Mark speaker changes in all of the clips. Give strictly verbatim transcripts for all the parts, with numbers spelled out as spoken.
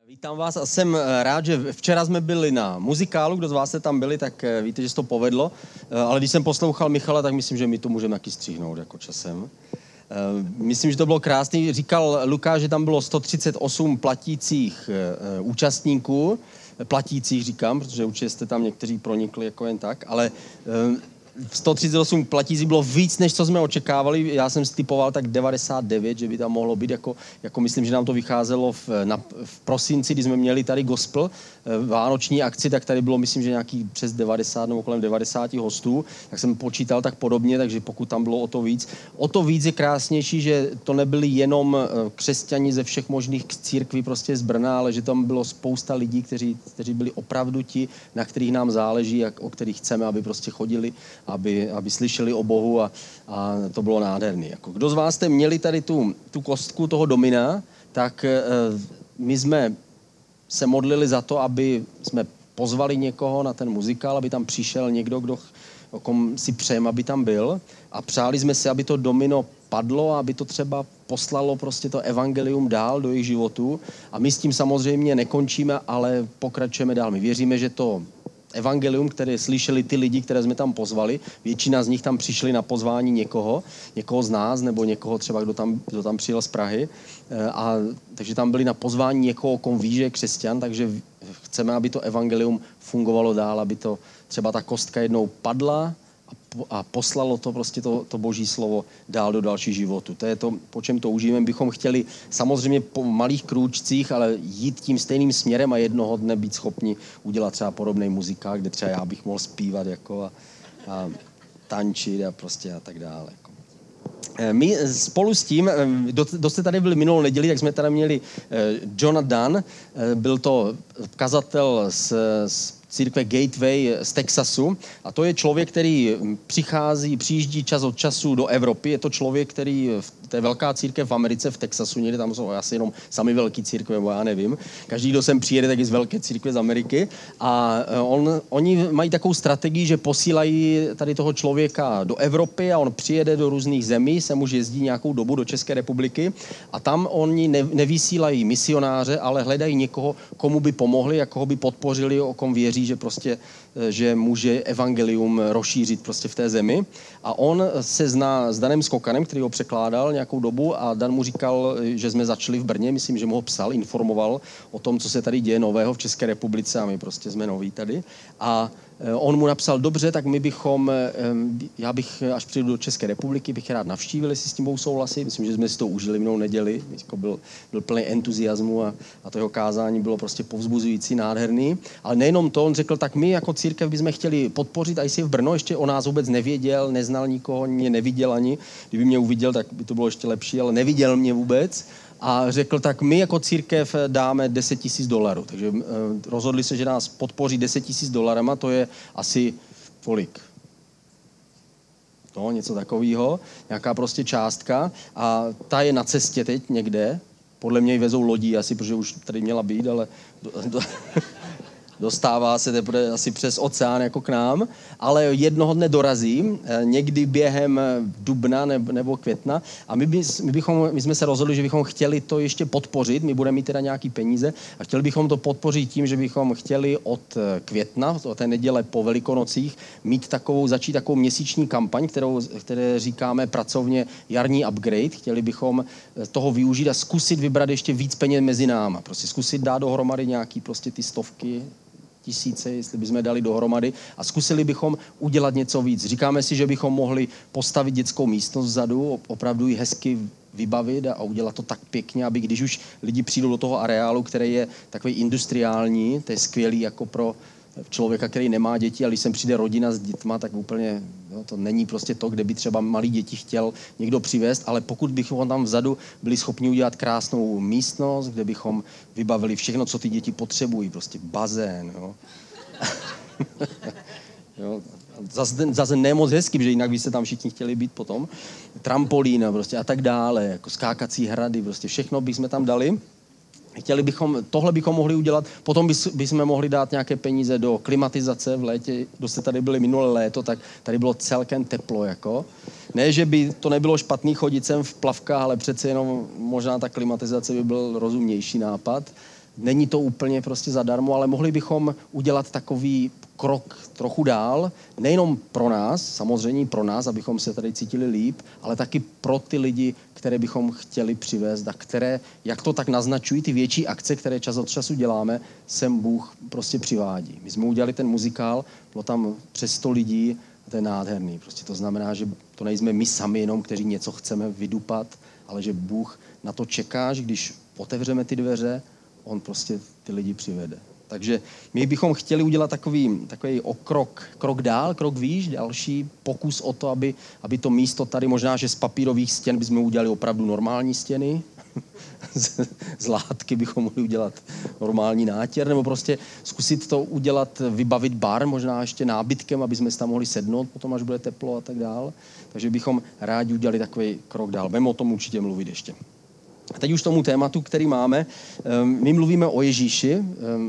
Speaker 1: Vítám vás a jsem rád, že včera jsme byli na muzikálu, kdo z vás jste tam byli, tak víte, že se to povedlo, ale když jsem poslouchal Michala, tak myslím, že my to můžeme taky stříhnout jako časem. Myslím, že to bylo krásný. Říkal Lukáš, že tam bylo sto třicet osm platících účastníků, platících říkám, protože určitě jste tam někteří pronikli jako jen tak, ale sto třicet osm platící bylo víc, než co jsme očekávali. Já jsem stipoval tak devadesát devět, že by tam mohlo být. Jako, jako myslím, že nám to vycházelo v, na, v prosinci, kdy jsme měli tady gospel, vánoční akci, tak tady bylo, myslím, že nějaký přes devadesát nebo kolem devadesát hostů. Tak jsem počítal tak podobně, takže pokud tam bylo o to víc. O to víc je krásnější, že to nebyli jenom křesťani ze všech možných církví prostě z Brna, ale že tam bylo spousta lidí, kteří, kteří byli opravdu ti, na kterých nám záleží a o kterých chceme, aby prostě chodili, aby, aby slyšeli o Bohu a, a to bylo nádherné. Jako, kdo z vás jste měli tady tu, tu kostku toho domina, tak e, my jsme se modlili za to, aby jsme pozvali někoho na ten muzikál, aby tam přišel někdo, kdo, o kom si přejeme, aby tam byl. A přáli jsme si, aby to domino padlo, aby to třeba poslalo prostě to evangelium dál do jejich životů. A my s tím samozřejmě nekončíme, ale pokračujeme dál. My věříme, že to evangelium, které slyšeli ty lidi, které jsme tam pozvali, většina z nich tam přišli na pozvání někoho, někoho z nás, nebo někoho třeba, kdo tam, kdo tam přijel z Prahy. A, takže tam byli na pozvání někoho, kom ví, že je křesťan, takže chceme, aby to evangelium fungovalo dál, aby to třeba ta kostka jednou padla a poslalo to prostě to, to boží slovo dál do dalších životů. To je to, po čem toužíme. Bychom chtěli samozřejmě po malých krůčcích, ale jít tím stejným směrem a jednoho dne být schopni udělat třeba podobný muzikál, kde třeba já bych mohl zpívat jako a, a tančit a prostě a tak dále. My spolu s tím, kdo jste tady byli minulou neděli, tak jsme tady měli Johna Dunn, byl to kazatel z, z církve Gateway z Texasu a to je člověk, který přichází, přijíždí čas od času do Evropy. Je to člověk, který, to je velká církev v Americe, v Texasu, někde tam jsou asi jenom sami velký církve, nebo já nevím. Každý, kdo sem přijede, tak je z velké církve z Ameriky a on, oni mají takovou strategii, že posílají tady toho člověka do Evropy a on přijede do různých zemí, sem už jezdí nějakou dobu do České republiky a tam oni ne, nevysílají misionáře, ale hledají někoho, komu by pomohli a koho by podpořili, o kom věří, že prostě, že může evangelium rozšířit prostě v té zemi. A on se zná s Danem Skokanem, který ho překládal nějakou dobu a Dan mu říkal, že jsme začali v Brně, myslím, že mu ho psal, informoval o tom, co se tady děje nového v České republice a my prostě jsme noví tady. A on mu napsal, dobře, tak my bychom, já bych, až přijdu do České republiky, bych rád navštívil, jestli s tím budou souhlasit. Myslím, že jsme si to užili minulou neděli. Byl, byl plný entuziasmu a, a to jeho kázání bylo prostě povzbuzující, nádherný. Ale nejenom to, on řekl, tak my jako církev bychom chtěli podpořit, a jestli v Brno ještě o nás vůbec nevěděl, neznal nikoho, mě neviděl ani. Kdyby mě uviděl, tak by to bylo ještě lepší, ale neviděl mě vůbec. A řekl, tak my jako církev dáme deset tisíc dolarů. Takže uh, rozhodli se, že nás podpoří deset tisíc dolarama, to je asi kolik? No, něco takového, nějaká prostě částka. A ta je na cestě teď někde. Podle mě ji vezou lodí asi, protože už tady měla být, ale do, do, dostává se teprve asi přes oceán jako k nám, ale jednoho dne dorazí, někdy během dubna nebo května a my, by, my, bychom, my jsme se rozhodli, že bychom chtěli to ještě podpořit, my budeme mít teda nějaký peníze a chtěli bychom to podpořit tím, že bychom chtěli od května, od té neděle po Velikonocích, mít takovou, začít takovou měsíční kampaň, kterou, které říkáme pracovně jarní upgrade. Chtěli bychom toho využít a zkusit vybrat ještě víc peněz mezi náma. Prostě zkusit dát dohromady nějaký prostě ty stovky, tisíce, jestli bychom dali dohromady a zkusili bychom udělat něco víc. Říkáme si, že bychom mohli postavit dětskou místnost vzadu, opravdu ji hezky vybavit a udělat to tak pěkně, aby když už lidi přijdou do toho areálu, který je takový industriální, to je skvělý jako pro člověka, který nemá děti, ale když sem přijde rodina s dětma, tak úplně jo, to není prostě to, kde by třeba malý děti chtěl někdo přivést, ale pokud bychom tam vzadu byli schopni udělat krásnou místnost, kde bychom vybavili všechno, co ty děti potřebují, prostě bazén, jo. jo zase, zase ne moc hezky, protože jinak byste tam všichni chtěli být potom, trampolína prostě a tak dále, jako skákací hrady, prostě všechno bychom tam dali. Chtěli bychom, tohle bychom mohli udělat, potom bychom mohli dát nějaké peníze do klimatizace v létě, kdo jste tady byli minulé léto, tak tady bylo celkem teplo, jako. Ne, že by to nebylo špatný chodit sem v plavkách, ale přece jenom možná ta klimatizace by byl rozumnější nápad. není to úplně prostě zadarmo, ale mohli bychom udělat takový krok trochu dál, nejenom pro nás, samozřejmě pro nás, abychom se tady cítili líp, ale taky pro ty lidi, které bychom chtěli přivést a které, jak to tak naznačují, ty větší akce, které čas od času děláme, sem Bůh prostě přivádí. My jsme udělali ten muzikál, bylo tam přes sto lidí a to je nádherný. Prostě to znamená, že to nejsme my sami jenom, kteří něco chceme vydupat, ale že Bůh na to čeká, že když otevřeme ty dveře, on prostě ty lidi přivede. Takže my bychom chtěli udělat takový, takový okrok, krok dál, krok výš, další pokus o to, aby, aby to místo tady, možná, že z papírových stěn bychom udělali opravdu normální stěny, z, z látky bychom mohli udělat normální nátěr, nebo prostě zkusit to udělat, vybavit bar, možná ještě nábytkem, aby jsme si tam mohli sednout potom, až bude teplo a tak dál. Takže bychom rádi udělali takový krok dál. Budeme o tom určitě mluvit ještě. A teď už tomu tématu, který máme. My mluvíme o Ježíši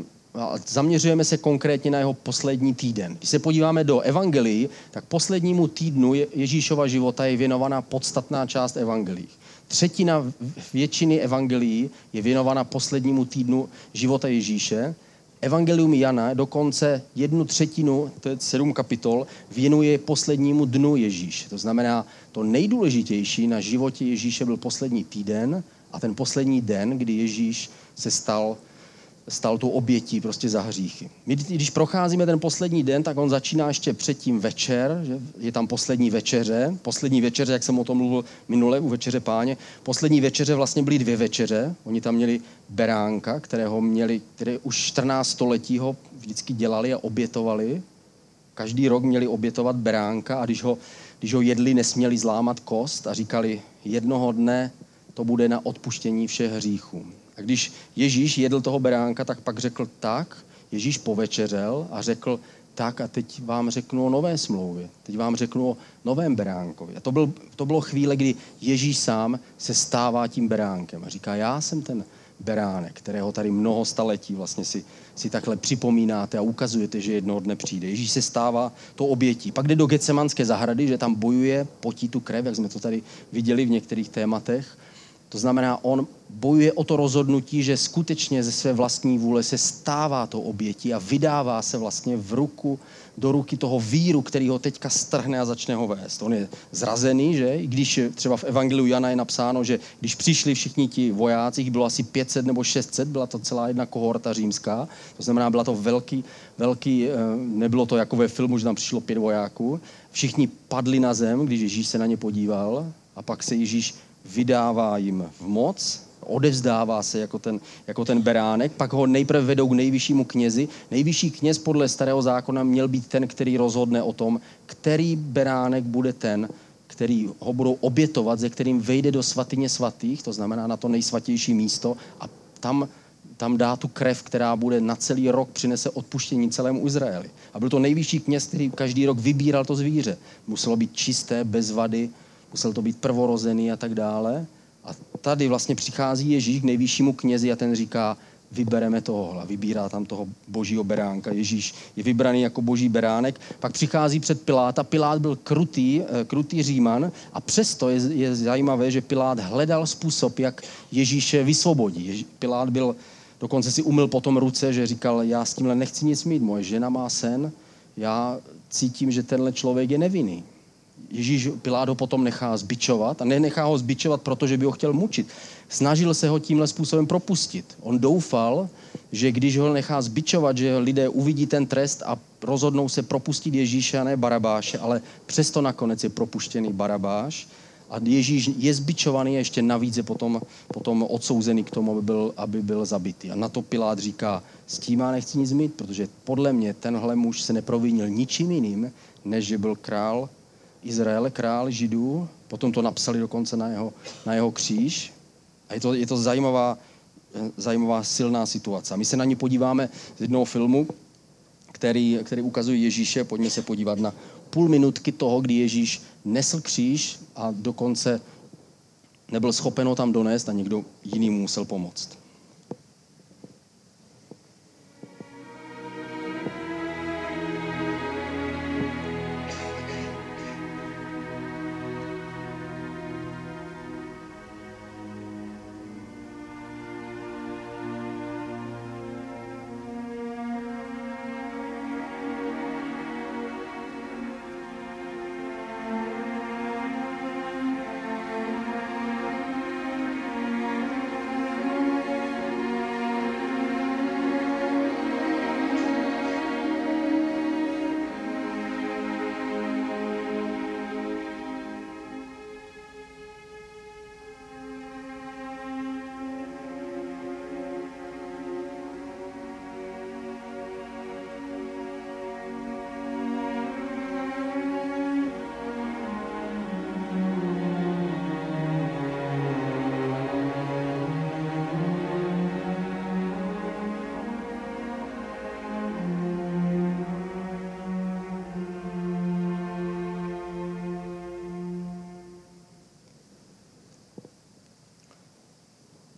Speaker 1: a zaměřujeme se konkrétně na jeho poslední týden. Když se podíváme do evangelií, tak poslednímu týdnu Ježíšova života je věnovaná podstatná část evangelií. Třetina většiny evangelií je věnovaná poslednímu týdnu života Ježíše. Evangelium Jana dokonce jednu třetinu, to je sedm kapitol, věnuje poslednímu dnu Ježíše. To znamená, to nejdůležitější na životě Ježíše byl poslední týden a ten poslední den, kdy Ježíš se stal stal tou obětí prostě za hříchy. My, když procházíme ten poslední den, tak on začíná ještě předtím večer, že je tam poslední večeře. Poslední večeře, jak jsem o tom mluvil minule u Večeře Páně, poslední večeře vlastně byly dvě večeře. Oni tam měli beránka, kterého měli, které už čtrnáct století ho vždycky dělali a obětovali. Každý rok měli obětovat beránka a když ho, když ho jedli, nesměli zlámat kost a říkali, jednoho dne to bude na odpuštění všech hříchů. A když Ježíš jedl toho beránka, tak pak řekl tak, Ježíš povečeřel a řekl tak a teď vám řeknu o nové smlouvě, teď vám řeknu o novém beránkovi. A to, byl, to bylo chvíle, kdy Ježíš sám se stává tím beránkem a říká, já jsem ten beránek, kterého tady mnoho staletí vlastně si, si takhle připomínáte a ukazujete, že jednoho dne přijde. Ježíš se stává to obětí. Pak jde do Getsemanské zahrady, že tam bojuje, potí tu krev, jak jsme to tady viděli v některých tématech. To znamená, on bojuje o to rozhodnutí, že skutečně ze své vlastní vůle se stává to obětí a vydává se vlastně v ruku, do ruky toho víru, který ho teďka strhne a začne ho vést. On je zrazený, že? I když třeba v Evangeliu Jana je napsáno, že když přišli všichni ti vojáci, jich bylo asi pět set nebo šest set, byla to celá jedna kohorta římská, to znamená, byla to velký, velký, nebylo to jako ve filmu, že tam přišlo pět vojáků. Všichni padli na zem, když Ježíš se na ně podíval a pak se Ježíš vydává jim v moc, odevzdává se jako ten, jako ten beránek, pak ho nejprve vedou k nejvyššímu knězi. Nejvyšší kněz podle starého zákona měl být ten, který rozhodne o tom, který beránek bude ten, který ho budou obětovat, ze kterým vejde do svatyně svatých, to znamená na to nejsvatější místo a tam, tam dá tu krev, která bude na celý rok přinese odpuštění celému Izraeli. A byl to nejvyšší kněz, který každý rok vybíral to zvíře. Muselo být čisté, bez vady, musel to být prvorozený a tak dále. A tady vlastně přichází Ježíš k nejvyššímu knězi a ten říká, vybereme tohohle. Vybírá tam toho božího beránka. Ježíš je vybraný jako boží beránek. Pak přichází před Piláta. Pilát byl krutý, krutý Říman a přesto je, je zajímavé, že Pilát hledal způsob, jak Ježíše vysvobodí. Ježí, Pilát byl, dokonce si umyl potom ruce, že říkal, já s tímhle nechci nic mít, moje žena má sen, já cítím, že tenhle člověk je nevinný. Ježíš Pilát ho potom nechá zbičovat a nenechá ho zbičovat, protože by ho chtěl mučit. Snažil se ho tímhle způsobem propustit. On doufal, že když ho nechá zbičovat, že lidé uvidí ten trest a rozhodnou se propustit Ježíše a ne Barabáše, ale přesto nakonec je propuštěný Barabáš a Ježíš je zbičovaný a ještě navíc je potom, potom odsouzený k tomu, aby byl, aby byl zabitý. A na to Pilát říká, s tím já nechci nic mít, protože podle mě tenhle muž se neprovinil ničím jiným, než že byl král Izraele, král Židů, potom to napsali dokonce na jeho, na jeho kříž. A je to, je to zajímavá, zajímavá silná situace. My se na ní podíváme z jednoho filmu, který, který ukazuje Ježíše. Pojďme se podívat na půl minutky toho, kdy Ježíš nesl kříž a dokonce nebyl schopen ho tam donést a někdo jiný mu musel pomoct.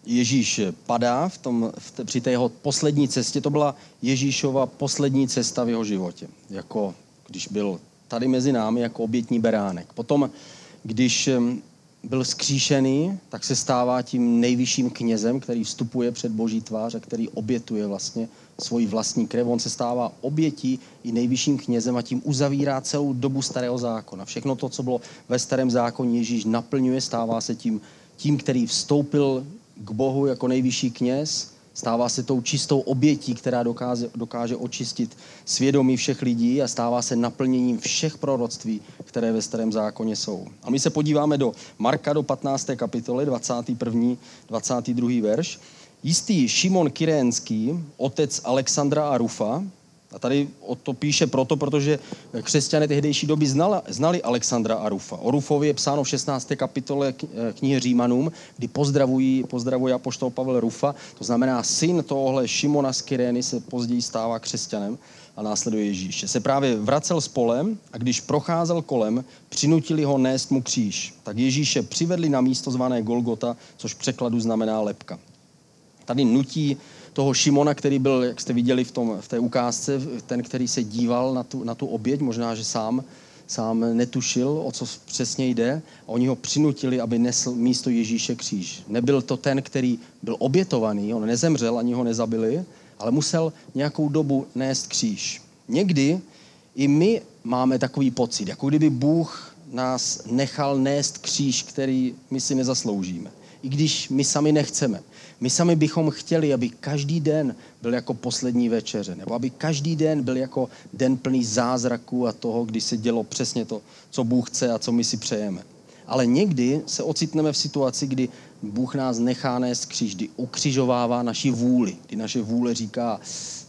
Speaker 1: Ježíš padá v tom, v te, při té jeho poslední cestě. To byla Ježíšova poslední cesta v jeho životě. Jako když byl tady mezi námi jako obětní beránek. Potom, když byl vzkříšený, tak se stává tím nejvyšším knězem, který vstupuje před Boží tvář a který obětuje vlastně svoji vlastní krev. On se stává obětí i nejvyšším knězem a tím uzavírá celou dobu starého zákona. Všechno to, co bylo ve starém zákoně, Ježíš naplňuje, stává se tím, tím, který vstoupil k Bohu jako nejvyšší kněz, stává se tou čistou obětí, která dokáže, dokáže očistit svědomí všech lidí a stává se naplněním všech proroctví, které ve starém zákoně jsou. A my se podíváme do Marka, do patnácté kapitoly, dvacátý první, dvacátý druhý verš. Jistý Šimon Kyrénský, otec Alexandra a Rufa, a tady o to píše proto, protože křesťané tehdejší doby znali, znali Alexandra a Rufa. O Rufovi je psáno v šestnácté kapitole knihy Římanům, kdy pozdravují, pozdravuje apoštol Pavel Rufa. To znamená, syn tohohle Šimona z Kyrény se později stává křesťanem a následuje Ježíše. Se právě vracel s polem a když procházel kolem, přinutili ho nést mu kříž. Tak Ježíše přivedli na místo zvané Golgota, což v překladu znamená lebka. Tady nutí toho Šimona, který byl, jak jste viděli v, tom, v té ukázce, ten, který se díval na tu, na tu oběť, možná, že sám, sám netušil, o co přesně jde. A oni ho přinutili, aby nesl místo Ježíše kříž. Nebyl to ten, který byl obětovaný, on nezemřel, ani ho nezabili, ale musel nějakou dobu nést kříž. Někdy i my máme takový pocit, jako kdyby Bůh nás nechal nést kříž, který my si nezasloužíme. I když my sami nechceme. My sami bychom chtěli, aby každý den byl jako poslední večeře, nebo aby každý den byl jako den plný zázraků a toho, kdy se dělo přesně to, co Bůh chce a co my si přejeme. Ale někdy se ocitneme v situaci, kdy Bůh nás nechá nést kříž, kdy ukřižovává naši vůli, kdy naše vůle říká,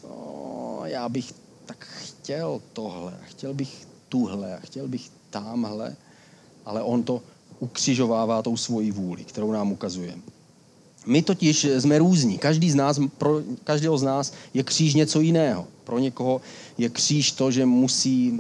Speaker 1: no, já bych tak chtěl tohle, chtěl bych tuhle, chtěl bych támhle, ale on to ukřižovává tou svojí vůli, kterou nám ukazuje. My totiž jsme různí. Každý z nás, pro každého z nás je kříž něco jiného. Pro někoho je kříž to, že musí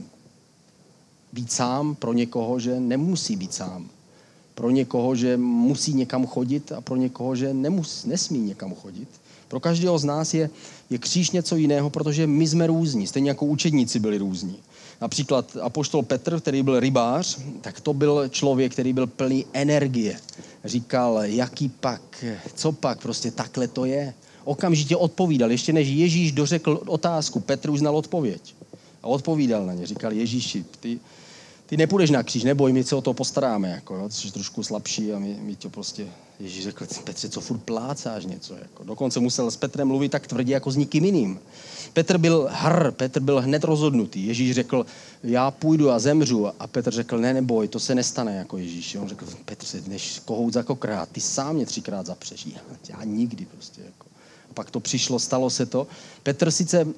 Speaker 1: být sám, pro někoho, že nemusí být sám. Pro někoho, že musí někam chodit a pro někoho, že nemus, nesmí někam chodit. Pro každého z nás je, je kříž něco jiného, protože my jsme různí. Stejně jako učedníci byli různí. Například apoštol Petr, který byl rybář, tak to byl člověk, který byl plný energie. Říkal, jaký pak, co pak, prostě takhle to je. Okamžitě odpovídal, ještě než Ježíš dořekl otázku, Petr už znal odpověď. A odpovídal na ně, říkal, Ježíši, ty, ty nepůjdeš na kříž, neboj, my se o to postaráme, jako, jo, jsi trošku slabší a my, my tě prostě, Ježíš řekl, Petře, co furt plácáš něco, jako. Dokonce musel s Petrem mluvit tak tvrdě, jako s nikým jiným. Petr byl hr, Petr byl hned rozhodnutý. Ježíš řekl, já půjdu a zemřu. A Petr řekl, ne, neboj, to se nestane jako Ježíš. On řekl, Petře, než kohout za kokrát, ty sám mě třikrát zapřeš. Já nikdy prostě. Jako. A pak to přišlo, stalo se to. Petr sice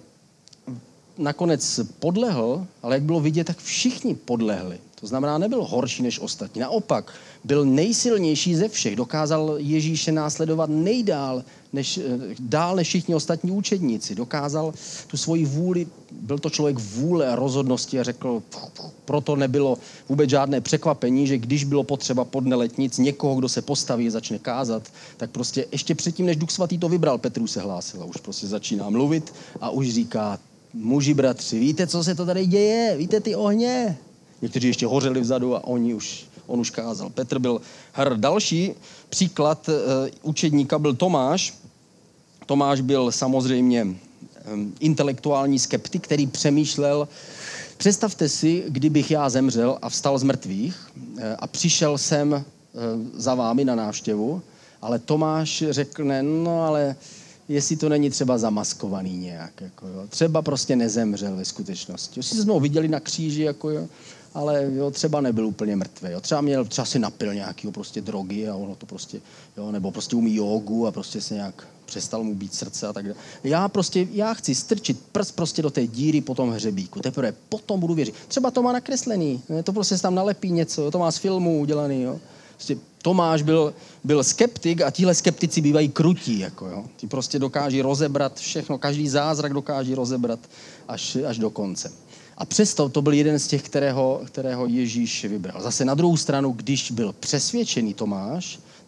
Speaker 1: nakonec podlehl, ale jak bylo vidět, tak všichni podlehli. To znamená, nebyl horší než ostatní. Naopak, byl nejsilnější ze všech. Dokázal Ježíše následovat nejdál, než, dál než všichni ostatní učedníci. Dokázal tu svoji vůli, byl to člověk vůle a rozhodnosti a řekl, proto nebylo vůbec žádné překvapení, že když bylo potřeba pod neletnic někoho, kdo se postaví a začne kázat, tak prostě ještě předtím, než Duch Svatý to vybral, Petru se hlásil a už prostě začíná mluvit a už říká, muži, bratři, víte, co se to tady děje? Víte ty ohně? Někteří ještě hořeli vzadu a oni už, on už kázal. Petr byl hr. Další příklad uh, učedníka byl Tomáš. Tomáš byl samozřejmě um, intelektuální skeptik, který přemýšlel, představte si, kdybych já zemřel a vstal z mrtvých uh, a přišel jsem uh, za vámi na návštěvu, ale Tomáš řekne, no ale jestli to není třeba zamaskovaný nějak. Jako, jo. Třeba prostě nezemřel ve skutečnosti. Jestli jsme ho viděli na kříži, jako, jo, ale jo, třeba nebyl úplně mrtvý. Jo. Třeba měl, třeba si napil nějakého prostě drogy a ono to prostě, jo, nebo prostě umí jógu a prostě se nějak přestal mu být srdce a tak dále. Já prostě, já chci strčit prst prostě do té díry po tom hřebíku. Teprve potom budu věřit. Třeba to má nakreslený, ne? To prostě se tam nalepí něco, jo, to má z filmu udělaný, jo. Prostě Tomáš byl, byl skeptik a tihle skeptici bývají krutí. Jako, jo. Ti prostě dokáží rozebrat všechno, každý zázrak dokáží rozebrat až, až do konce. A přesto to byl jeden z těch, kterého, kterého Ježíš vybral. Zase na druhou stranu, když byl přesvědčený Tomáš,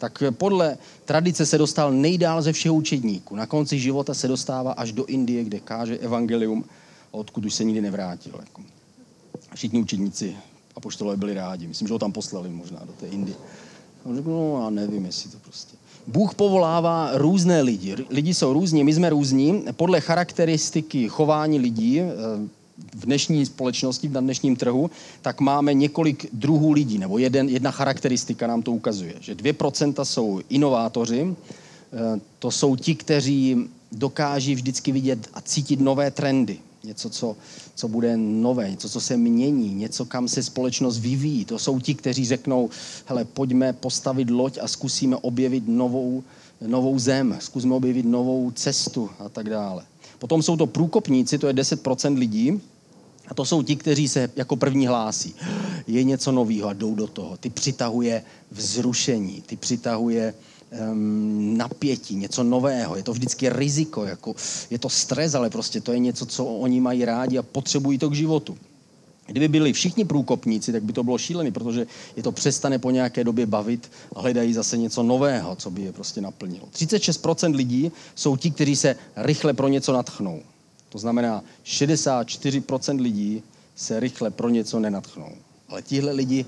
Speaker 1: tak podle tradice se dostal nejdál ze všech učedníků. Na konci života se dostává až do Indie, kde káže evangelium, odkud už se nikdy nevrátil. Jako. Všichni učedníci apoštolové byli rádi. Myslím, že ho tam poslali možná do té Indie. On řekl, no já nevím, jestli to prostě... Bůh povolává různé lidi. Lidi jsou různí, my jsme různí. Podle charakteristiky chování lidí v dnešní společnosti, na dnešním trhu, tak máme několik druhů lidí, nebo jeden, jedna charakteristika nám to ukazuje, že dvě procenta jsou inovátoři, to jsou ti, kteří dokáží vždycky vidět a cítit nové trendy. Něco, co, co bude nové, něco, co se mění, něco, kam se společnost vyvíjí. To jsou ti, kteří řeknou, hele, pojďme postavit loď a zkusíme objevit novou, novou zem, zkusíme objevit novou cestu a tak dále. Potom jsou to průkopníci, to je deset procent lidí, a to jsou ti, kteří se jako první hlásí. Je něco nového a jdou do toho. Ty přitahuje vzrušení, ty přitahuje um, napětí, něco nového. Je to vždycky riziko, jako, je to stres, ale prostě to je něco, co oni mají rádi a potřebují to k životu. Kdyby byli všichni průkopníci, tak by to bylo šílený, protože je to přestane po nějaké době bavit a hledají zase něco nového, co by je prostě naplnilo. třicet šest procent lidí jsou ti, kteří se rychle pro něco nadchnou. To znamená, šedesát čtyři procent lidí se rychle pro něco nenadchnou. Ale tihle lidi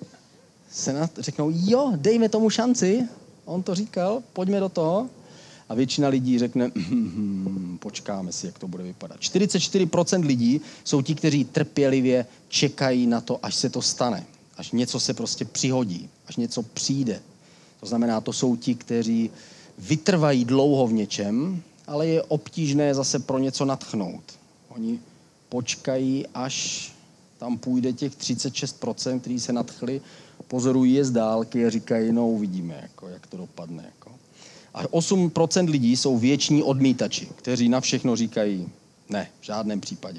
Speaker 1: se nad, řeknou, jo, dejme tomu šanci, on to říkal, pojďme do toho. A většina lidí řekne, hm, počkáme si, jak to bude vypadat. čtyřicet čtyři procent lidí jsou ti, kteří trpělivě čekají na to, až se to stane. Až něco se prostě přihodí, až něco přijde. To znamená, to jsou ti, kteří vytrvají dlouho v něčem, ale je obtížné zase pro něco nadchnout. Oni počkají, až tam půjde těch třicet šest procent, kteří se nadchli, pozorují je z dálky a říkají, no uvidíme, jako, jak to dopadne. Jako. A osm procent lidí jsou věční odmítači, kteří na všechno říkají ne, v žádném případě.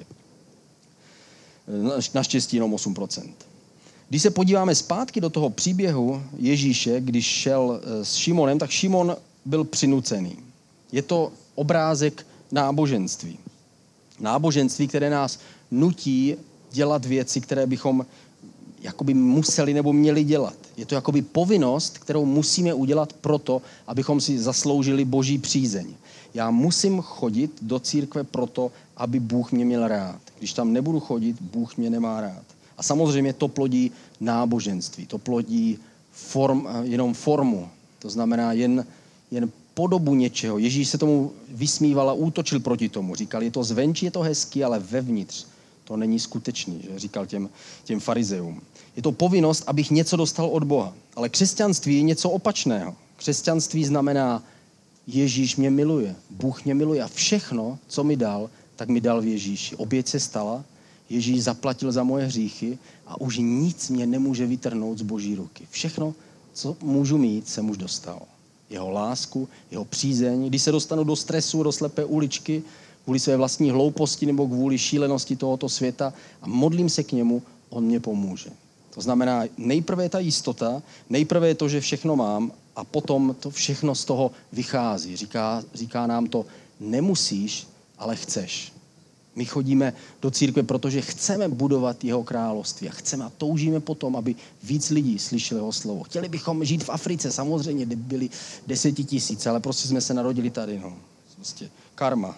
Speaker 1: Naštěstí jenom osm procent. Když se podíváme zpátky do toho příběhu Ježíše, když šel s Šimonem, tak Šimon byl přinucený. Je to obrázek náboženství. Náboženství, které nás nutí dělat věci, které bychom jakoby museli nebo měli dělat. Je to jakoby povinnost, kterou musíme udělat proto, abychom si zasloužili Boží přízeň. Já musím chodit do církve proto, aby Bůh mě měl rád. Když tam nebudu chodit, Bůh mě nemá rád. A samozřejmě to plodí náboženství, to plodí form, jenom formu. To znamená jen, jen podobu něčeho. Ježíš se tomu vysmíval a útočil proti tomu. Říkal, je to zvenčí, je to hezký, ale vevnitř to není skutečný, že říkal těm, těm farizeům. Je to povinnost, abych něco dostal od Boha. Ale křesťanství je něco opačného. Křesťanství znamená, Ježíš mě miluje, Bůh mě miluje a všechno, co mi dal, tak mi dal v Ježíši. Oběť se stala, Ježíš zaplatil za moje hříchy a už nic mě nemůže vytrhnout z Boží ruky. Všechno, co můžu mít, jsem už dostal. Jeho lásku, jeho přízeň. Když se dostanu do stresu, do slepé uličky, kvůli své vlastní hlouposti nebo kvůli šílenosti tohoto světa a modlím se k němu, on mě pomůže. To znamená, nejprve je ta jistota, nejprve je to, že všechno mám a potom to všechno z toho vychází. Říká, říká nám to, nemusíš, ale chceš. My chodíme do církve, protože chceme budovat jeho království a chceme a toužíme potom, aby víc lidí slyšeli jeho slovo. Chtěli bychom žít v Africe, samozřejmě, kde byli desetitisíce, ale prostě jsme se narodili tady. No. Prostě karma.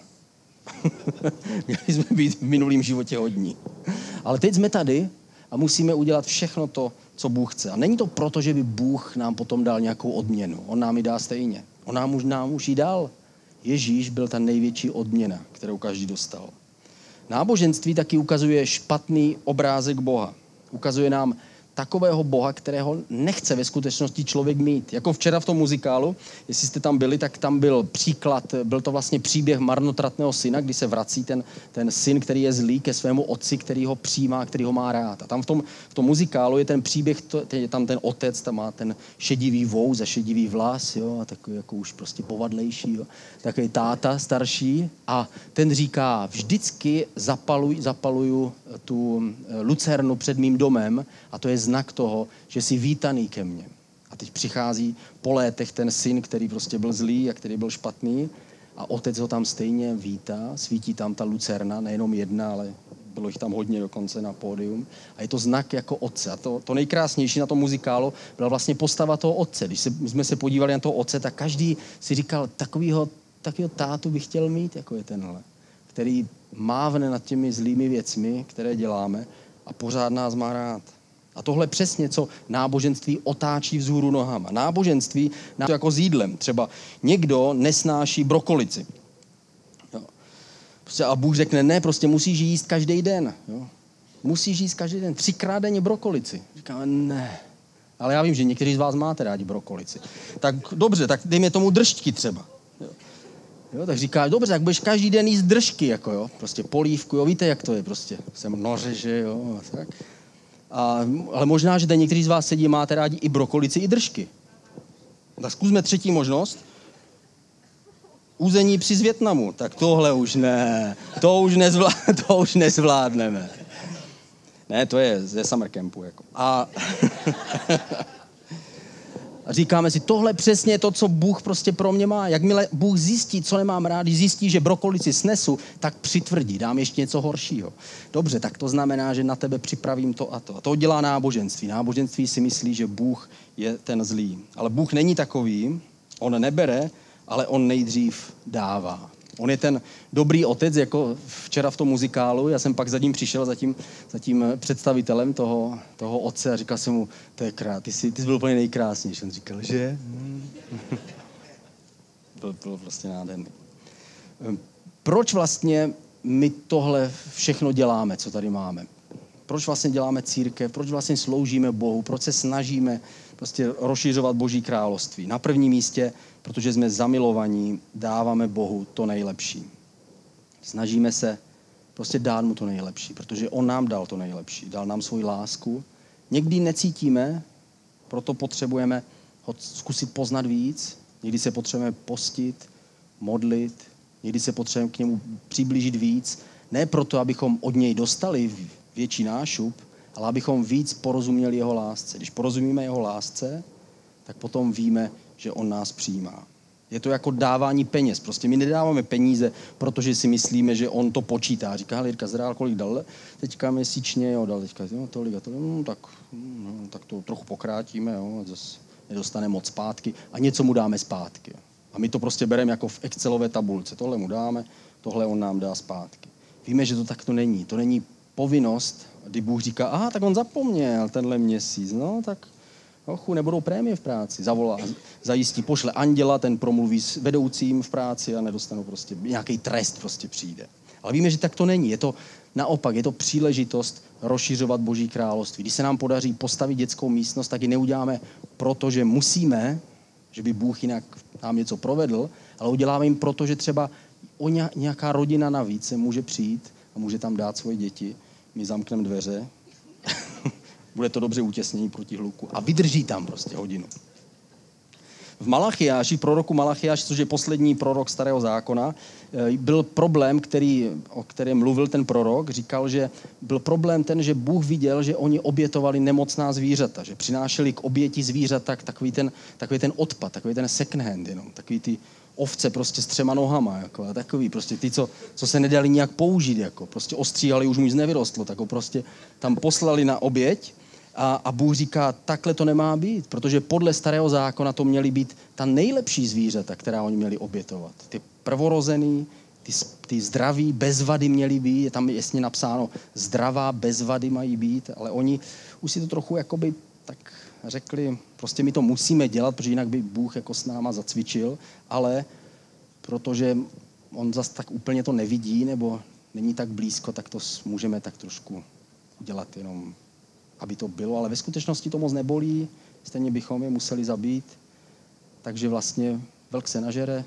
Speaker 1: Měli jsme být v minulém životě hodní. Ale teď jsme tady a musíme udělat všechno to, co Bůh chce. A není to proto, že by Bůh nám potom dal nějakou odměnu. On nám ji dá stejně. On nám už, nám už ji dal. Ježíš byl ta největší odměna, kterou každý dostal. Náboženství taky ukazuje špatný obrázek Boha. Ukazuje nám takového Boha, kterého nechce ve skutečnosti člověk mít. Jako včera v tom muzikálu, jestli jste tam byli, tak tam byl příklad, byl to vlastně příběh marnotratného syna, kdy se vrací ten, ten syn, který je zlý, ke svému otci, který ho přijímá, který ho má rád. A tam v tom, v tom muzikálu je ten příběh, to, je tam ten otec, tam má ten šedivý vouz a šedivý vlas, jo, a takový jako už prostě povadlejší, jo, takový táta starší a ten říká, vždycky zapaluj, zapaluju tu lucernu před mým domem a to je znak toho, že jsi vítaný ke mně. A teď přichází po létech ten syn, který prostě byl zlý a který byl špatný a otec ho tam stejně vítá, svítí tam ta lucerna, nejenom jedna, ale bylo jich tam hodně dokonce na pódium. A je to znak jako otce. A to, to nejkrásnější na tom muzikálu byla vlastně postava toho otce. Když se, jsme se podívali na toho otce, tak každý si říkal, takovýho, takovýho tátu bych chtěl mít, jako je tenhle, který mávne nad těmi zlými věcmi, které děláme a pořád nás má rád. A tohle přesně, co náboženství otáčí vzhůru nohama. Náboženství to jako s jídlem. Třeba někdo nesnáší brokolici. Jo. Prostě a Bůh řekne, ne, prostě musíš jíst každý den. Jo. Musíš jíst každý den. Třikrát denně brokolici. Říkáme, ne. Ale já vím, že někteří z vás máte rádi brokolici. Tak dobře, tak dejme tomu držky třeba. Jo. Jo, tak říká, dobře, tak budeš každý den jíst držky, jako jo. Prostě polívku, jo, víte, jak to je prostě. Jsem noře, že jo, a tak. A, ale možná, že tady někteří z vás sedí, máte rádi i brokolici, i držky. Tak zkusme třetí možnost. Uzení při z Vietnamu. Tak tohle už ne. To už, nezvlá, to už nezvládneme. Ne, to je ze summer campu. Jako. A, a říkáme si, tohle přesně je to, co Bůh prostě pro mě má. Jakmile Bůh zjistí, co nemám rád, když zjistí, že brokolici snesu, tak přitvrdí, dám ještě něco horšího. Dobře, tak to znamená, že na tebe připravím to a to. A to dělá náboženství. Náboženství si myslí, že Bůh je ten zlý. Ale Bůh není takový, on nebere, ale on nejdřív dává. On je ten dobrý otec, jako včera v tom muzikálu. Já jsem pak za ním přišel, za tím, za tím představitelem toho, toho otce a říkal jsem mu, to je krát, ty jsi, ty jsi byl úplně nejkrásnější. On říkal, že? byl, byl vlastně nádherný. Proč vlastně my tohle všechno děláme, co tady máme? Proč vlastně děláme církev? Proč vlastně sloužíme Bohu? Proč se snažíme prostě rozšiřovat Boží království? Na prvním místě, protože jsme zamilovaní, dáváme Bohu to nejlepší. Snažíme se prostě dát mu to nejlepší, protože on nám dal to nejlepší. Dal nám svoji lásku. Někdy necítíme, proto potřebujeme ho zkusit poznat víc. Někdy se potřebujeme postit, modlit. Někdy se potřebujeme k němu přiblížit víc. Ne proto, abychom od něj dostali větší nášup, ale abychom víc porozuměli jeho lásce. Když porozumíme jeho lásce, tak potom víme, že on nás přijímá. Je to jako dávání peněz. Prostě my nedáváme peníze, protože si myslíme, že on to počítá. Říká, hele, Jirka zrál, kolik dal teďka měsíčně, jo, dal teďka, jo, tolik a tolik, no, tak, no, tak to trochu pokrátíme, jo, zase nedostane moc zpátky a něco mu dáme zpátky. A my to prostě bereme jako v Excelové tabulce. Tohle mu dáme, tohle on nám dá zpátky. Víme, že to takto není. To není povinnost, kdy Bůh říká, aha, tak on zapomněl tenhle měsíc, no, tak ochu, nebudou prémie v práci. Zavolá, zajistí, pošle anděla, ten promluví s vedoucím v práci a nedostanou prostě, nějaký trest prostě přijde. Ale víme, že tak to není. Je to naopak, je to příležitost rozšiřovat Boží království. Když se nám podaří postavit dětskou místnost, tak ji neuděláme proto, že musíme, že by Bůh jinak nám něco provedl, ale uděláme jim proto, že třeba o nějaká rodina navíc se může přijít a může tam dát svoje děti. My zamkneme dveře, bude to dobře utěsnění proti hluku a vydrží tam prostě hodinu. V Malachiáši, proroku Malachiáši, což je poslední prorok Starého zákona, byl problém, který, o kterém mluvil ten prorok. Říkal, že byl problém ten, že Bůh viděl, že oni obětovali nemocná zvířata, že přinášeli k oběti zvířata takový ten, takový ten odpad, takový ten second hand jenom, takový ty ovce prostě s třema nohama, jako, a takový prostě ty, co, co se nedali nějak použít, jako, prostě ostříhali, už mu nic nevyrostlo, tak ho prostě tam poslali na oběť. A, a Bůh říká, takhle to nemá být, protože podle Starého zákona to měly být ta nejlepší zvířata, která oni měli obětovat. Ty prvorozený, ty, ty zdraví, bez vady měly být, je tam jasně napsáno, zdravá, bez vady mají být, ale oni už si to trochu jakoby tak řekli, prostě my to musíme dělat, protože jinak by Bůh jako s náma zacvičil, ale protože on zas tak úplně to nevidí, nebo není tak blízko, tak to můžeme tak trošku udělat jenom, aby to bylo, ale ve skutečnosti to moc nebolí, stejně bychom je museli zabít, takže vlastně vlk se nažere.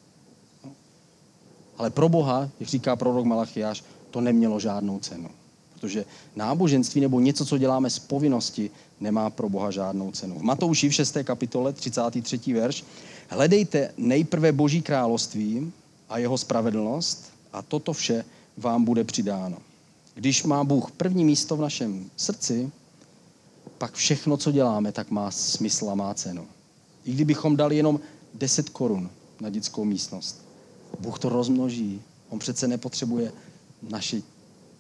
Speaker 1: Ale pro Boha, jak říká prorok Malachiáš, to nemělo žádnou cenu. Protože náboženství nebo něco, co děláme z povinnosti, nemá pro Boha žádnou cenu. V Matouši v šesté kapitole, třicátý třetí verš, hledejte nejprve Boží království a jeho spravedlnost a toto vše vám bude přidáno. Když má Bůh první místo v našem srdci, pak všechno, co děláme, tak má smysl a má cenu. I kdybychom dali jenom deset korun na dětskou místnost, Bůh to rozmnoží. On přece nepotřebuje naši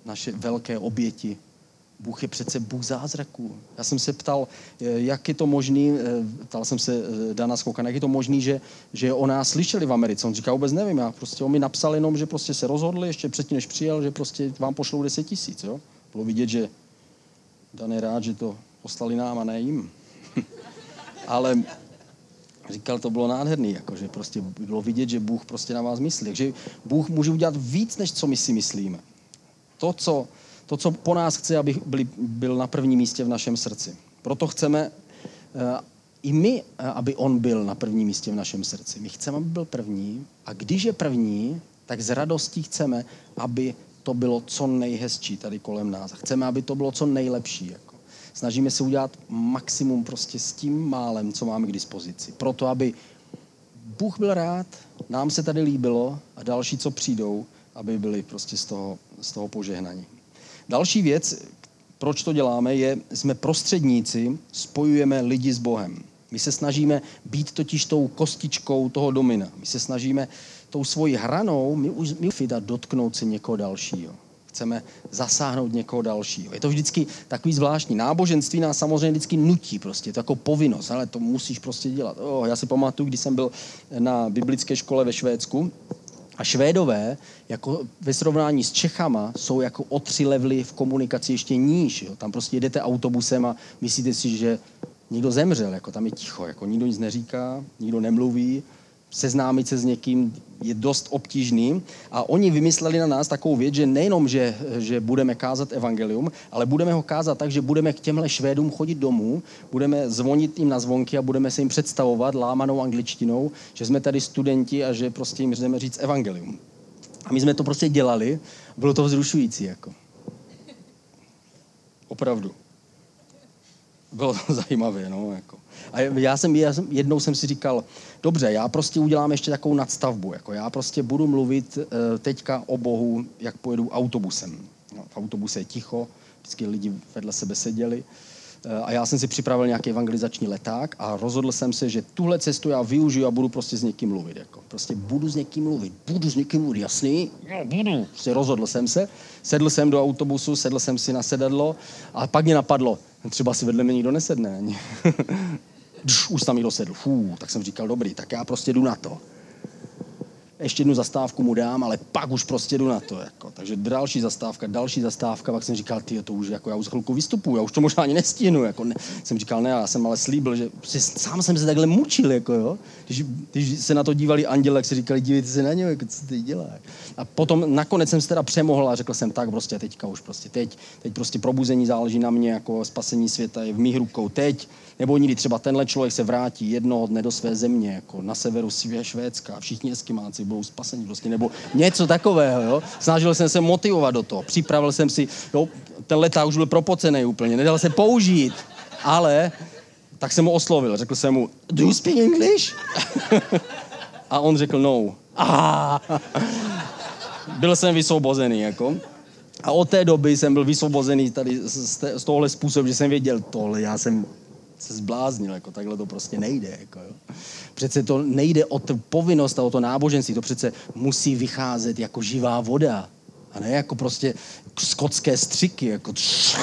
Speaker 1: naše velké oběti. Bůh je přece Bůh zázraků. Já jsem se ptal, jak je to možný, ptal jsem se Dana Skokana, jak je to možný, že, že o nás slyšeli v Americe. On říká, vůbec nevím, já prostě, on mi napsal jenom, že prostě se rozhodli, ještě předtím, než přijel, že prostě vám pošlou deset tisíc, jo. Bylo vidět, že Dan je rád, že to poslali nám a ne jim. Ale říkal, to bylo nádherný, jako, že prostě bylo vidět, že Bůh prostě na vás myslí. Takže Bůh může udělat víc, než co my si myslíme. To, co To, co po nás chce, aby byli, byl na prvním místě v našem srdci. Proto chceme uh, i my, uh, aby on byl na prvním místě v našem srdci. My chceme, aby byl první a když je první, tak s radostí chceme, aby to bylo co nejhezčí tady kolem nás. A chceme, aby to bylo co nejlepší. Jako. Snažíme se udělat maximum prostě s tím málem, co máme k dispozici. Proto, aby Bůh byl rád, nám se tady líbilo a další, co přijdou, aby byli prostě z toho, z toho požehnaní. Další věc, proč to děláme, je, jsme prostředníci, spojujeme lidi s Bohem. My se snažíme být totiž tou kostičkou toho domina. My se snažíme tou svojí hranou, my už my dotknout se někoho dalšího. Chceme zasáhnout někoho dalšího. Je to vždycky takový zvláštní. Náboženství nás samozřejmě vždycky nutí prostě, to jako povinnost, ale to musíš prostě dělat. Oh, já si pamatuju, když jsem byl na biblické škole ve Švédsku, a Švédové, jako ve srovnání s Čechama, jsou jako o tři levely v komunikaci ještě níž. Jo. Tam prostě jedete autobusem a myslíte si, že někdo zemřel. Jako tam je ticho, jako nikdo nic neříká, nikdo nemluví. Seznámit se s někým je dost obtížný. A oni vymysleli na nás takovou věc, že nejenom, že, že budeme kázat evangelium, ale budeme ho kázat tak, že budeme k těmhle Švédům chodit domů, budeme zvonit jim na zvonky a budeme se jim představovat lámanou angličtinou, že jsme tady studenti a že prostě jim jdeme říct evangelium. A my jsme to prostě dělali. Bylo to vzrušující. Jako. Opravdu. Bylo to zajímavé, no, jako. A já jsem, já jsem, jednou jsem si říkal, dobře, já prostě udělám ještě takovou nadstavbu, jako já prostě budu mluvit uh, teďka o Bohu, jak pojedu autobusem. No, v autobuse je ticho, vždycky lidi vedle sebe seděli uh, a já jsem si připravil nějaký evangelizační leták a rozhodl jsem se, že tuhle cestu já využiju a budu prostě s někým mluvit, jako. Prostě budu s někým mluvit, budu s někým mluvit, jasný? No, budu. Prostě rozhodl jsem se, sedl jsem do autobusu, sedl jsem si na sedadlo a pak mě napadlo, třeba si vedle mě nikdo nesedne, ani. Už tam někdo sedl. Fů, tak jsem říkal, dobrý, tak já prostě jdu na to. Ještě jednu zastávku mu dám, ale pak už prostě jdu na to. Jako. Takže další zastávka, další zastávka, pak jsem říkal, ty, to už, jako já už chvilku vystupuju, já už to možná ani nestíhnu. Jako, ne. Jsem říkal, ne, já jsem ale slíbil, že sám jsem se takhle mučil, jako, jo. Když, když se na to dívali anděle, jak si říkali, dívejte se na něj, jako, co ty dělá. A potom nakonec jsem se teda přemohl a řekl jsem, tak prostě teďka už prostě teď, teď prostě probuzení záleží na mě, jako spasení světa je v mých rukou teď, nebo nikdy třeba tenhle člověk se vrátí jednoho dne do své země, jako na severu Švédska, všichni eskimáci budou spasení prostě, nebo něco takového, jo. Snažil jsem se motivovat do toho, připravil jsem si, jo, ten leták už byl propocený úplně, nedal se použít, ale tak jsem mu oslovil, řekl jsem mu, do you speak English? A on řekl no. Ah. Byl jsem vysvobozený, jako. A od té doby jsem byl vysvobozený tady z, z tohohle způsobu, že jsem věděl, tohle já jsem se zbláznil, jako takhle to prostě nejde. Jako, jo. Přece to nejde o tu povinnost a o to náboženství, to přece musí vycházet jako živá voda. A ne jako prostě skotské střiky, jako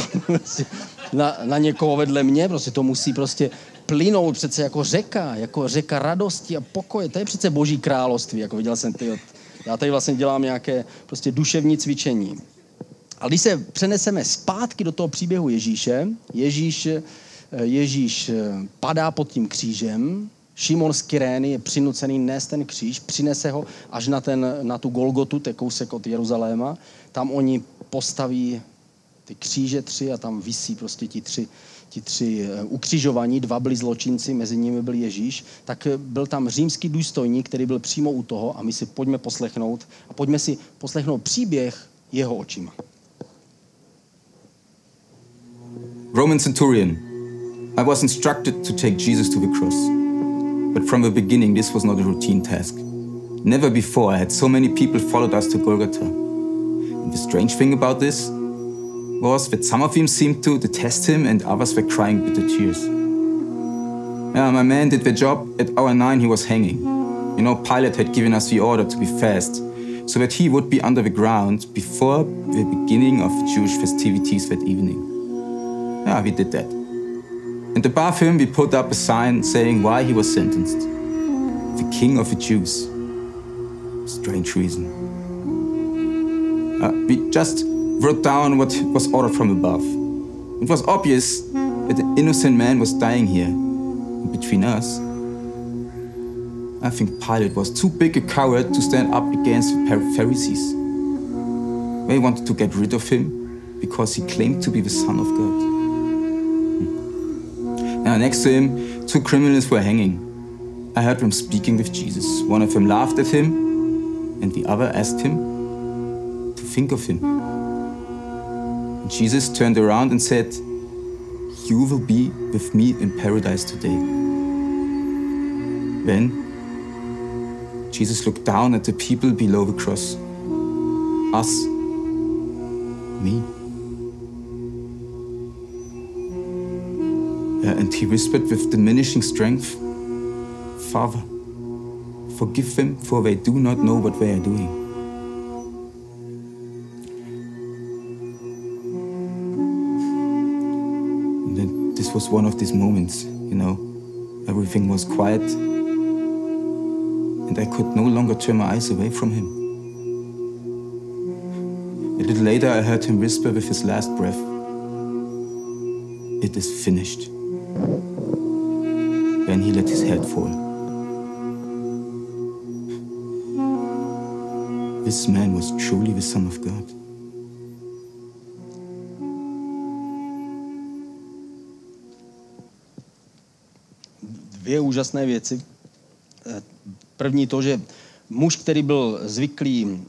Speaker 1: na, na někoho vedle mě, prostě to musí prostě plynout přece jako řeka, jako řeka radosti a pokoje. To je přece boží království, jako viděl jsem ty. Já tady vlastně dělám nějaké prostě duševní cvičení. A když se přeneseme zpátky do toho příběhu Ježíše, Ježíš Ježíš padá pod tím křížem, Šimon z Kyrény je přinucený nést ten kříž, přinese ho až na, ten, na tu Golgotu, to je kousek od Jeruzaléma, tam oni postaví ty kříže tři a tam visí prostě ti tři, ti tři ukřižovaní, dva byli zločinci, mezi nimi byl Ježíš, tak byl tam římský důstojník, který byl přímo u toho a my si pojďme poslechnout a pojďme si poslechnout příběh jeho očima.
Speaker 2: Roman centurion. I was instructed to take Jesus to the cross. But from the beginning, this was not a routine task. Never before had so many people followed us to Golgotha. And the strange thing about this was that some of them seemed to detest him and others were crying bitter tears. Yeah, my man did the job. At hour nine, he was hanging. You know, Pilate had given us the order to be fast, so that he would be under the ground before the beginning of Jewish festivities that evening. Yeah, we did that. And above him we put up a sign saying why he was sentenced. The King of the Jews. Strange reason. Uh, we just wrote down what was ordered from above. It was obvious that an innocent man was dying here. And between us, I think Pilate was too big a coward to stand up against the Pharisees. They wanted to get rid of him because he claimed to be the Son of God. Hmm. Now, next to him, two criminals were hanging. I heard them speaking with Jesus. One of them laughed at him, and the other asked him to think of him. And Jesus turned around and said, "You will be with me in paradise today." Then Jesus looked down at the people below the cross. Us. Me. Uh, and he whispered with diminishing strength, "Father, forgive them, for they do not know what they are doing." And then this was one of these moments, you know. Everything was quiet, and I could no longer turn my eyes away from him. A little later, I heard him whisper with his last breath, "It is finished." Then he let his head fall. This man was truly the Son of God.
Speaker 1: Dvě úžasné věci. První to, že muž, který byl zvyklý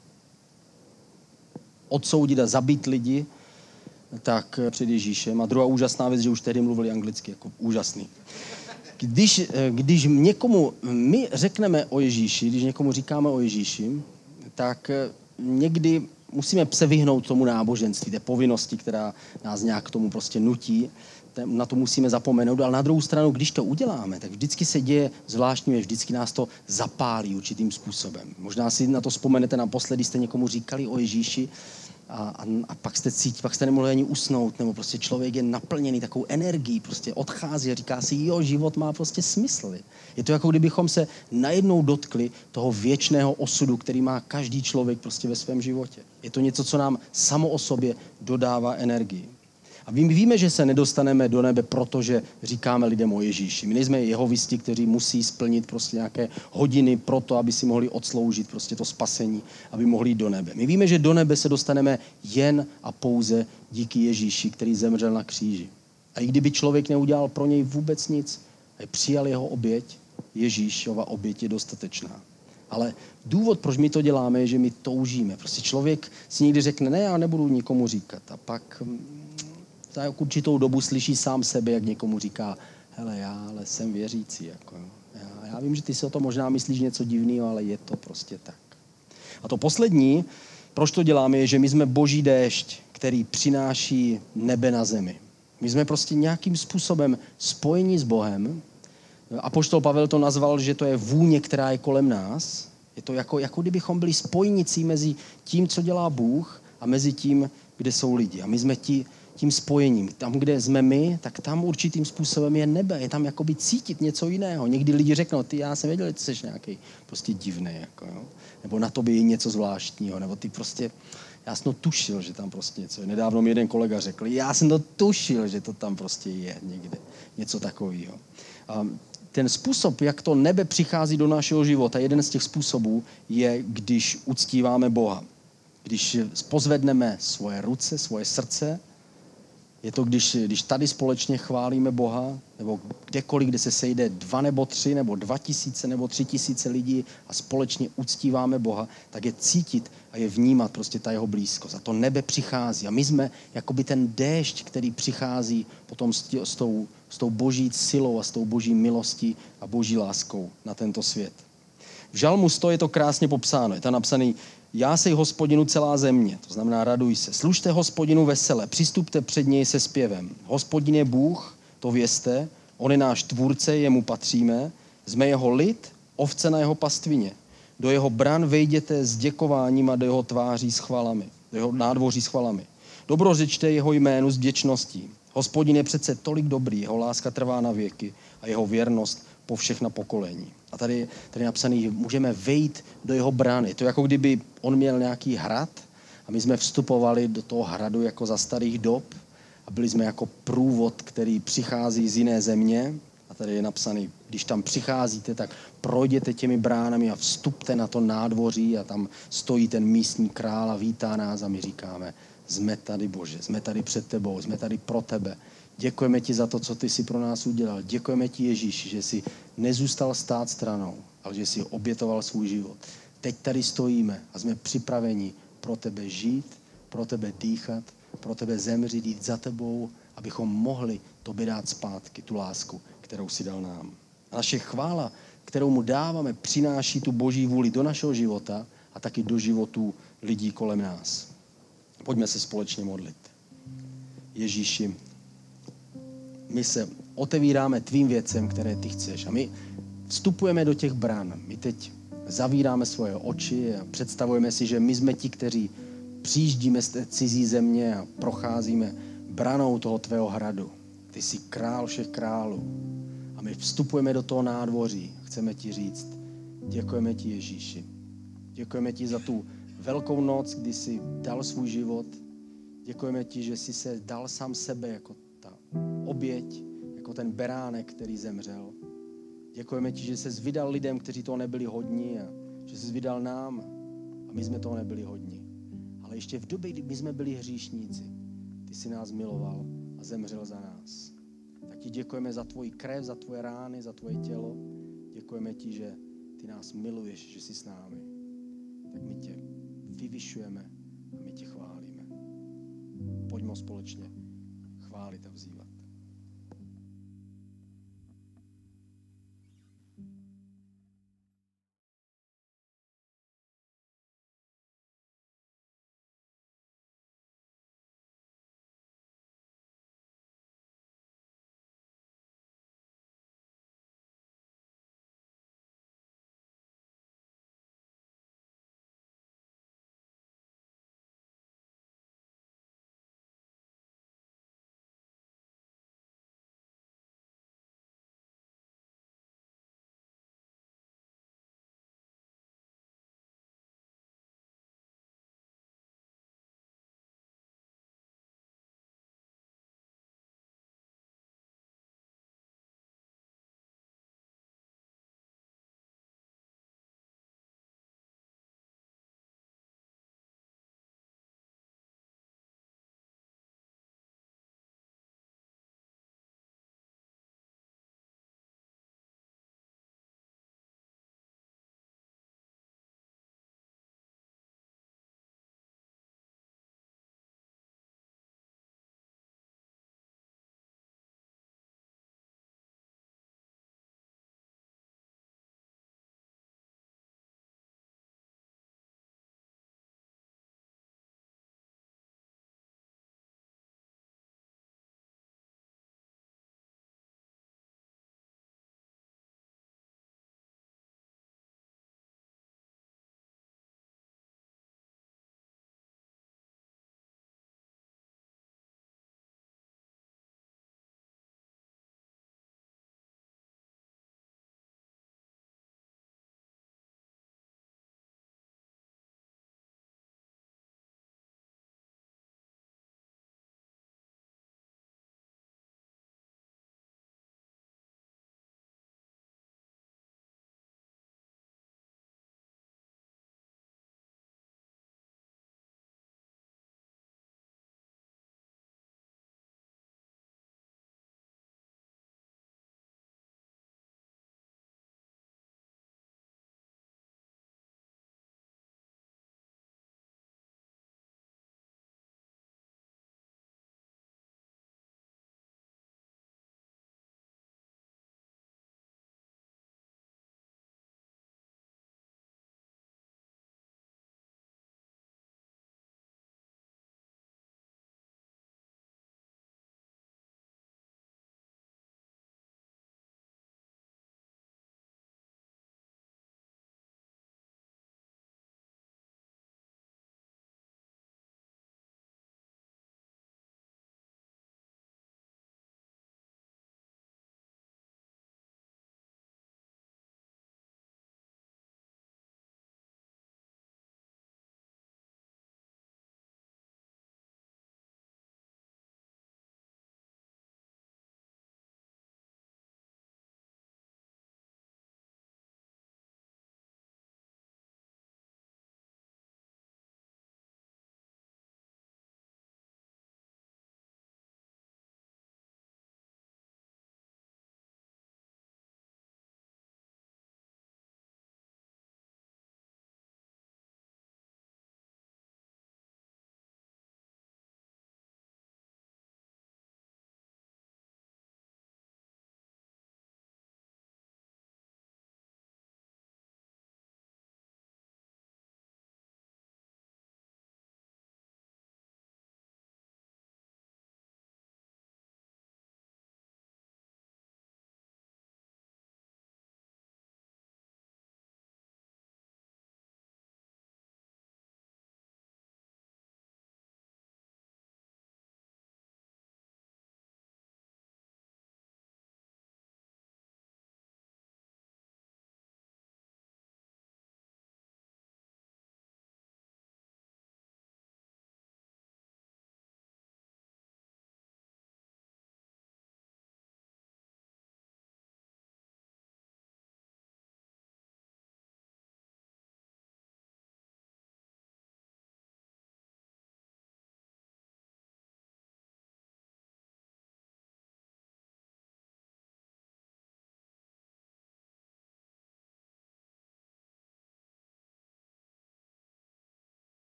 Speaker 1: odsoudit a zabít lidi, tak před Ježíšem. A druhá úžasná věc, že už tehdy mluvili anglicky, jako úžasný. Když, když někomu my řekneme o Ježíši, když někomu říkáme o Ježíši, tak někdy musíme se vyhnout tomu náboženství, té povinnosti, která nás nějak k tomu prostě nutí. Na to musíme zapomenout, ale na druhou stranu, když to uděláme, tak vždycky se děje zvláštně, vždycky nás to zapálí určitým způsobem. Možná si na to vzpomenete naposledy, jste někomu říkali o Ježíši a, a, a pak jste cítili, pak jste nemohli ani usnout, nebo prostě člověk je naplněný takovou energií, prostě odchází a říká si, jo, život má prostě smysl. Je to jako kdybychom se najednou dotkli toho věčného osudu, který má každý člověk prostě ve svém životě. Je to něco, co nám samo o sobě dodává energii. A my víme, že se nedostaneme do nebe, protože říkáme lidem o Ježíši. My nejsme jehovisti, kteří musí splnit prostě nějaké hodiny pro to, aby si mohli odsloužit prostě to spasení, aby mohli jít do nebe. My víme, že do nebe se dostaneme jen a pouze díky Ježíši, který zemřel na kříži. A i kdyby člověk neudělal pro něj vůbec nic a přijal jeho oběť, Ježíšova oběť je dostatečná. Ale důvod, proč my to děláme, je, že my toužíme. Prostě člověk si někdy řekne, ne, já nebudu nikomu říkat. A pak za určitou dobu slyší sám sebe, jak někomu říká, hele, já ale jsem věřící. Jako, já, já vím, že ty si o to možná myslíš něco divného, ale je to prostě tak. A to poslední, proč to děláme, je, že my jsme boží déšť, který přináší nebe na zemi. My jsme prostě nějakým způsobem spojeni s Bohem. Apoštol Pavel to nazval, že to je vůně, která je kolem nás. Je to jako, jako kdybychom byli spojnicí mezi tím, co dělá Bůh, a mezi tím, kde jsou lidi. A my jsme ti, tím spojením. Tam, kde jsme my, tak tam určitým způsobem je nebe. Je tam jakoby cítit něco jiného. Někdy lidi řeknou, ty, já jsem věděl, že jsi nějaký prostě divný. Jako, jo? Nebo na tobě je něco zvláštního. Nebo ty prostě, já jsem to tušil, že tam prostě něco je. Nedávno mi jeden kolega řekl, já jsem to tušil, že to tam prostě je někde. Něco takového. Um, ten způsob, jak to nebe přichází do našeho života, jeden z těch způsobů je, když uctíváme Boha. Když pozvedneme svoje ruce, svoje srdce, je to, když, když tady společně chválíme Boha, nebo kdekoliv, kde se sejde dva nebo tři, nebo dva tisíce, nebo tři tisíce lidí a společně uctíváme Boha, tak je cítit a je vnímat prostě ta jeho blízkost. A to nebe přichází. A my jsme jakoby ten déšť, který přichází potom s, tě, s, tou, s tou boží silou a s tou boží milostí a boží láskou na tento svět. V Žalmu sto je to krásně popsáno. Je tam napsaný, jásej Hospodinu celá země, to znamená raduj se. Služte Hospodinu vesele, přistupte před něj se zpěvem. Hospodin je Bůh, to vězte, on je náš tvůrce, jemu patříme, jsme jeho lid, ovce na jeho pastvině. Do jeho bran vejděte s děkováním a do jeho tváří s chvalami, do jeho nádvoří s chvalami. Dobrořečte jeho jménu s vděčností. Hospodin je přece tolik dobrý, jeho láska trvá na věky a jeho věrnost po všechna pokolení. A tady, tady je napsaný, můžeme vejít do jeho brány. To je jako kdyby on měl nějaký hrad a my jsme vstupovali do toho hradu jako za starých dob a byli jsme jako průvod, který přichází z jiné země. A tady je napsaný, když tam přicházíte, tak projděte těmi bránami a vstupte na to nádvoří a tam stojí ten místní král a vítá nás a my říkáme, jsme tady, Bože, jsme tady před tebou, jsme tady pro tebe. Děkujeme ti za to, co ty jsi pro nás udělal. Děkujeme ti, Ježíši, že jsi nezůstal stát stranou, ale že jsi obětoval svůj život. Teď tady stojíme a jsme připraveni pro tebe žít, pro tebe dýchat, pro tebe zemřít, jít za tebou, abychom mohli tobě dát zpátky tu lásku, kterou si dal nám. A naše chvála, kterou mu dáváme, přináší tu boží vůli do našeho života a taky do životů lidí kolem nás. Pojďme se společně modlit. Ježíši, my se otevíráme tvým věcem, které ty chceš. A my vstupujeme do těch bran. My teď zavíráme svoje oči a představujeme si, že my jsme ti, kteří přijíždíme z té cizí země a procházíme branou toho tvého hradu. Ty jsi král všech králů. A my vstupujeme do toho nádvoří. Chceme ti říct, děkujeme ti, Ježíši. Děkujeme ti za tu velkou noc, kdy jsi dal svůj život. Děkujeme ti, že jsi se dal sám sebe jako ta oběť, jako ten beránek, který zemřel. Děkujeme ti, že jsi vydal lidem, kteří toho nebyli hodní a že jsi vydal nám a my jsme toho nebyli hodní. Ale ještě v době, kdy my jsme byli hříšníci, ty jsi nás miloval a zemřel za nás. Tak ti děkujeme za tvoji krev, za tvoje rány, za tvoje tělo. Děkujeme ti, že ty nás miluješ, že jsi s námi. Tak my tě vyvyšujeme a my tě chválíme. Pojďme společně chválit a vzývat.